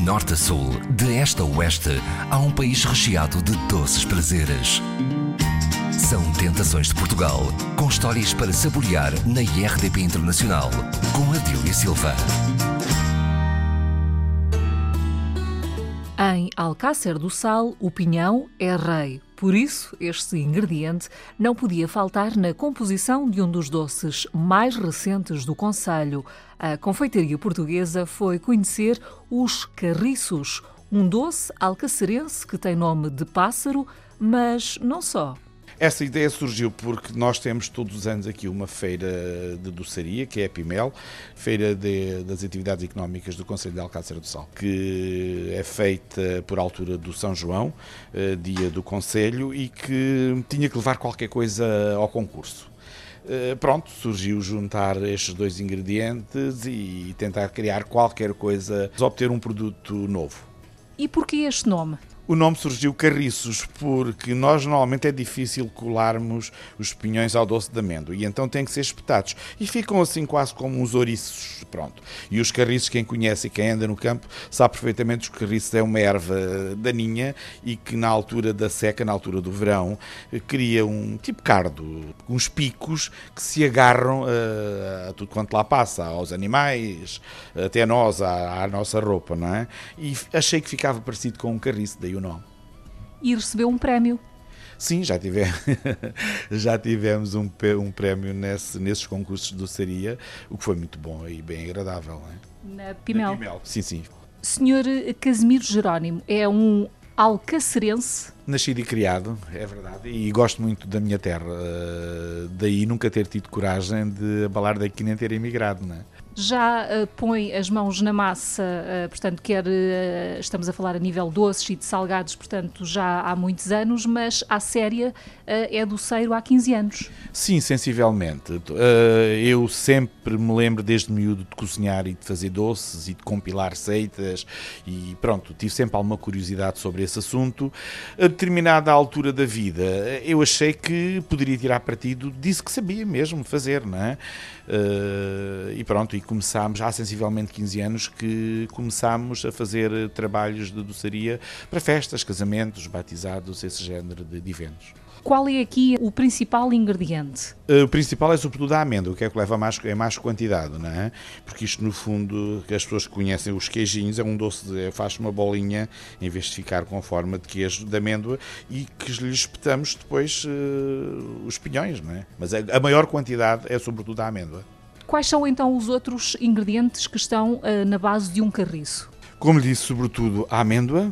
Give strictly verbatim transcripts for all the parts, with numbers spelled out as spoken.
norte a sul, de este a oeste, há um país recheado de doces prazeres. São Tentações de Portugal, com histórias para saborear na I R D P Internacional, com Adília Silva. Em Alcácer do Sal, o pinhão é rei. Por isso, este ingrediente não podia faltar na composição de um dos doces mais recentes do concelho. A confeitaria portuguesa foi conhecer os carriços, um doce alcacerense que tem nome de pássaro, mas não só. Essa ideia surgiu porque nós temos todos os anos aqui uma feira de doçaria, que é a Pimel, Feira de, das Atividades Económicas do Concelho de Alcácer do Sal, que é feita por altura do São João, dia do Concelho, e que tinha que levar qualquer coisa ao concurso. Pronto, surgiu juntar estes dois ingredientes e tentar criar qualquer coisa, obter um produto novo. E porquê este nome? O nome surgiu carriços porque nós normalmente é difícil colarmos os pinhões ao doce de amêndoa e então têm que ser espetados e ficam assim quase como uns ouriços, pronto. E os carriços, quem conhece e quem anda no campo sabe perfeitamente que os carriços é uma erva daninha e que na altura da seca, na altura do verão, cria um tipo cardo, uns picos que se agarram a, a tudo quanto lá passa, aos animais, até a nós, à, à nossa roupa, não é? E achei que ficava parecido com um carriço, daí o nome. E recebeu um prémio. Sim, já tivemos, já tivemos um, um prémio nesse, nesses concursos de doçaria, o que foi muito bom e bem agradável. Não é? Na Pimel. Na Pimel, sim, sim. senhor Casimiro Jerónimo é um alcacerense? Nascido e criado, é verdade, e gosto muito da minha terra, daí nunca ter tido coragem de abalar daqui nem ter emigrado, não é? Já uh, põe as mãos na massa, uh, portanto, quer, uh, estamos a falar a nível doces e de salgados, portanto, já há muitos anos, mas à séria uh, é doceiro há quinze anos. Sim, sensivelmente. Uh, eu sempre me lembro desde miúdo de cozinhar e de fazer doces e de compilar receitas e pronto, tive sempre alguma curiosidade sobre esse assunto. A determinada altura da vida, eu achei que poderia tirar partido disso que sabia mesmo fazer, não é? Uh, e pronto, e começámos, há sensivelmente quinze anos que começámos a fazer trabalhos de doçaria para festas, casamentos, batizados, esse género de, de eventos. Qual é aqui o principal ingrediente? O principal é sobretudo a amêndoa, que é o que leva mais, é mais quantidade, não é? Porque isto no fundo, que as pessoas que conhecem os queijinhos, é um doce, de, faz uma bolinha em vez de ficar com forma de queijo de amêndoa e que lhe espetamos depois uh, os pinhões, não é? Mas a, a maior quantidade é sobretudo a amêndoa. Quais são então os outros ingredientes que estão uh, na base de um carriço? Como lhe disse, sobretudo a amêndoa,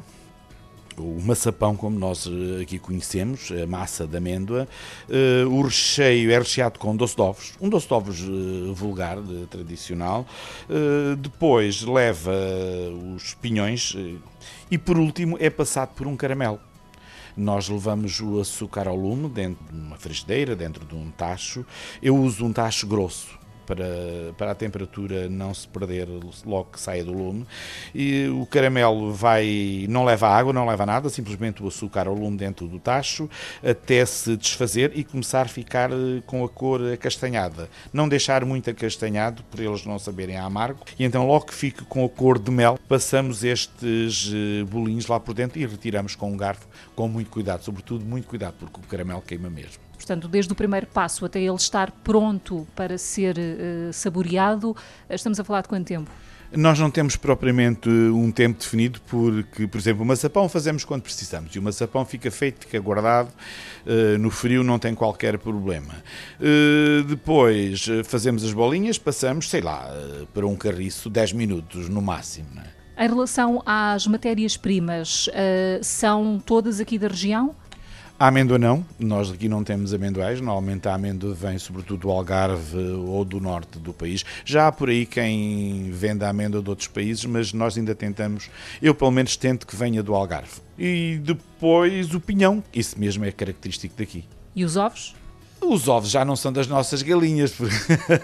o maçapão como nós aqui conhecemos, a massa de amêndoa, uh, o recheio é recheado com doce de ovos, um doce de ovos uh, vulgar, de, tradicional, uh, depois leva os pinhões uh, e por último é passado por um caramelo. Nós levamos o açúcar ao lume dentro de uma frigideira, dentro de um tacho. Eu uso um tacho grosso, Para, para a temperatura não se perder logo que saia do lume, e o caramelo vai, não leva água, não leva nada, simplesmente o açúcar ao lume dentro do tacho até se desfazer e começar a ficar com a cor acastanhada, não deixar muito acastanhado por eles não saberem a amargo, e então logo que fique com a cor de mel passamos estes bolinhos lá por dentro e retiramos com um garfo com muito cuidado, sobretudo muito cuidado porque o caramelo queima mesmo. Portanto, desde o primeiro passo até ele estar pronto para ser uh, saboreado, estamos a falar de quanto tempo? Nós não temos propriamente um tempo definido porque, por exemplo, o maçapão fazemos quando precisamos e o maçapão fica feito, fica guardado, uh, no frio não tem qualquer problema. Uh, depois fazemos as bolinhas, passamos, sei lá, uh, para um carriço dez minutos no máximo, não é? Em relação às matérias-primas, uh, são todas aqui da região? A amêndoa não, nós aqui não temos amendoais, normalmente a amêndoa vem sobretudo do Algarve ou do norte do país. Já há por aí quem vende a amêndoa de outros países, mas nós ainda tentamos, eu pelo menos tento que venha do Algarve. E depois o pinhão, isso mesmo é característico daqui. E os ovos? Os ovos já não são das nossas galinhas, porque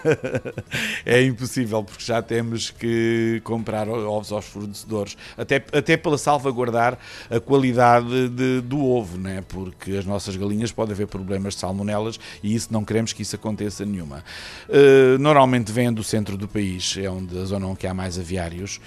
é impossível, porque já temos que comprar ovos aos fornecedores, até, até para salvaguardar a qualidade de, do ovo, né? Porque as nossas galinhas podem haver problemas de salmonelas e isso não queremos que isso aconteça nenhuma. Uh, normalmente vêm do centro do país, é onde a zona onde há mais aviários,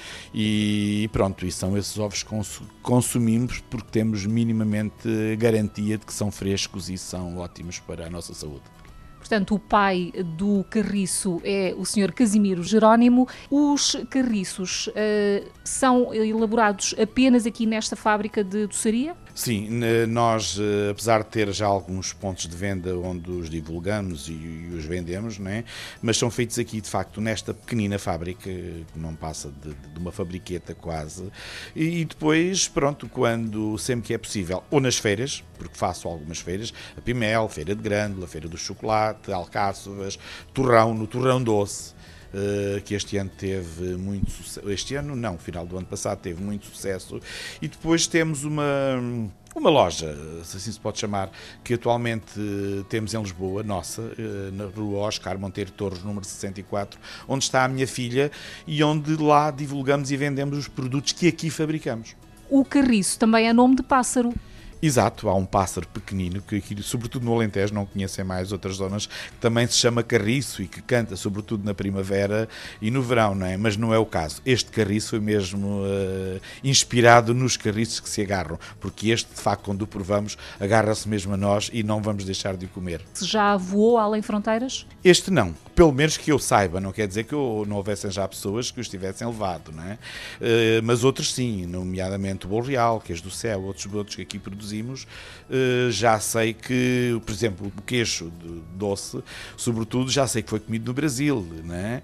e pronto, e são esses ovos que consumimos porque temos minimamente garantia de que são frescos e são ótimos para a nossa saúde. Portanto, o pai do carriço é o senhor Casimiro Jerónimo. Os carriços uh, são elaborados apenas aqui nesta fábrica de doçaria? Sim, nós, apesar de ter já alguns pontos de venda onde os divulgamos e os vendemos, né? Mas são feitos aqui, de facto, nesta pequenina fábrica, que não passa de, de uma fabriqueta quase, e depois, pronto, quando sempre que é possível, ou nas feiras, porque faço algumas feiras, a Pimel, Feira de Grândola, Feira do Chocolate, Alcáçovas, Torrão, no Torrão Doce, que este ano teve muito sucesso, este ano não, final do ano passado teve muito sucesso, e depois temos uma, uma loja, se assim se pode chamar, que atualmente temos em Lisboa, nossa, na rua Oscar Monteiro Torres, número sessenta e quatro, onde está a minha filha e onde lá divulgamos e vendemos os produtos que aqui fabricamos. O carriço também é nome de pássaro. Exato, há um pássaro pequenino que aqui, sobretudo no Alentejo, não conhecem mais outras zonas, que também se chama carriço e que canta sobretudo na primavera e no verão, não é? Mas não é o caso. Este carriço foi mesmo uh, inspirado nos carriços que se agarram, porque este, de facto, quando o provamos, agarra-se mesmo a nós e não vamos deixar de o comer. Já voou além fronteiras? Este não, pelo menos que eu saiba, não quer dizer que eu, não houvessem já pessoas que os tivessem levado, não é? Uh, mas outros sim, nomeadamente o bolo real, queijo do céu, outros outros que aqui produzimos. Já sei que, por exemplo, o queijo doce, sobretudo, já sei que foi comido no Brasil, né?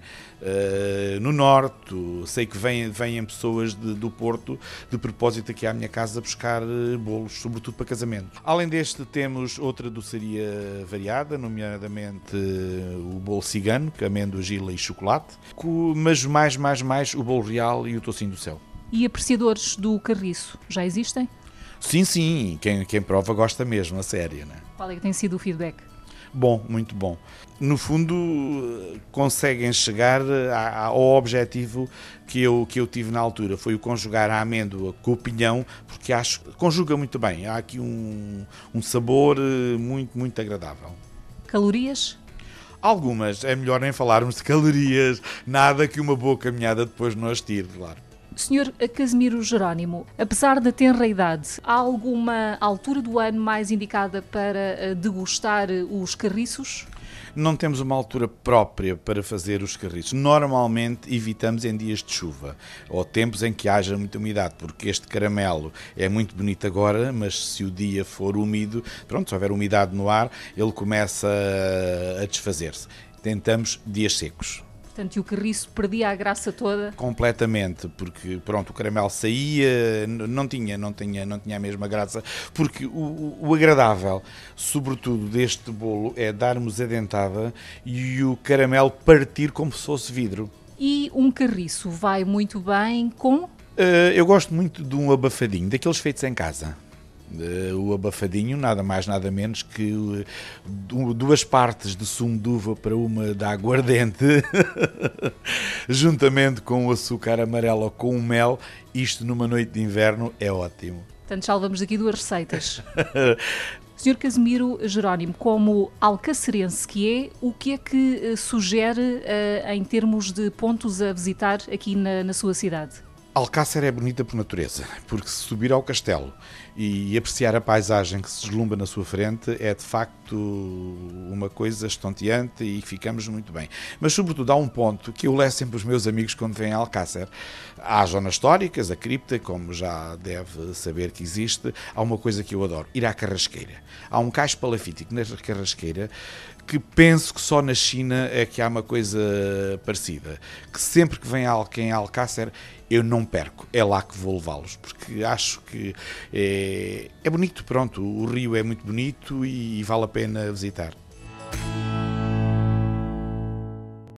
No Norte, sei que vêm, vêm pessoas de, do Porto de propósito aqui à minha casa buscar bolos, sobretudo para casamento. Além deste, temos outra doçaria variada, nomeadamente o bolo cigano, que é amêndoa, gila e chocolate, mas mais, mais, mais o bolo real e o tocinho do céu. E apreciadores do carriço, já existem? Sim, sim, quem, quem prova gosta mesmo, a sério, né? Qual é que tem sido o feedback? Bom, muito bom. No fundo, conseguem chegar ao objetivo que eu, que eu tive na altura, foi o conjugar a amêndoa com o pinhão, porque acho que conjuga muito bem, há aqui um, um sabor muito, muito agradável. Calorias? Algumas, é melhor nem falarmos de calorias, nada que uma boa caminhada depois não as tire, claro. senhor Casimiro Jerónimo, apesar da tenra idade, há alguma altura do ano mais indicada para degustar os carriços? Não temos uma altura própria para fazer os carriços. Normalmente evitamos em dias de chuva ou tempos em que haja muita umidade, porque este caramelo é muito bonito agora, mas se o dia for úmido, pronto, se houver umidade no ar, ele começa a desfazer-se. Tentamos dias secos. Portanto, e o carriço perdia a graça toda? Completamente, porque pronto, o caramelo saía, não tinha, não tinha, não tinha a mesma graça, porque o, o agradável, sobretudo deste bolo, é darmos a dentada e o caramelo partir como se fosse vidro. E um carriço vai muito bem com? Uh, eu gosto muito de um abafadinho, daqueles feitos em casa. Uh, o abafadinho, nada mais nada menos que uh, duas partes de sumo de uva para uma de aguardente, juntamente com o açúcar amarelo ou com o mel. Isto numa noite de inverno é ótimo. Portanto, salvamos aqui duas receitas. senhor Casimiro Jerónimo, como alcacerense que é, o que é que uh, sugere uh, em termos de pontos a visitar aqui na, na sua cidade? Alcácer é bonita por natureza, porque se subir ao castelo e apreciar a paisagem que se deslumbra na sua frente é de facto uma coisa estonteante e ficamos muito bem. Mas sobretudo há um ponto que eu levo sempre os meus amigos quando vêm a Alcácer. Há as zonas históricas, a cripta, como já deve saber que existe, há uma coisa que eu adoro, ir à carrasqueira. Há um cais palafítico na carrasqueira que penso que só na China é que há uma coisa parecida, que sempre que vem alguém a Alcácer eu não perco, é lá que vou levá-los, porque acho que é, é bonito, pronto, o rio é muito bonito e vale a pena visitar.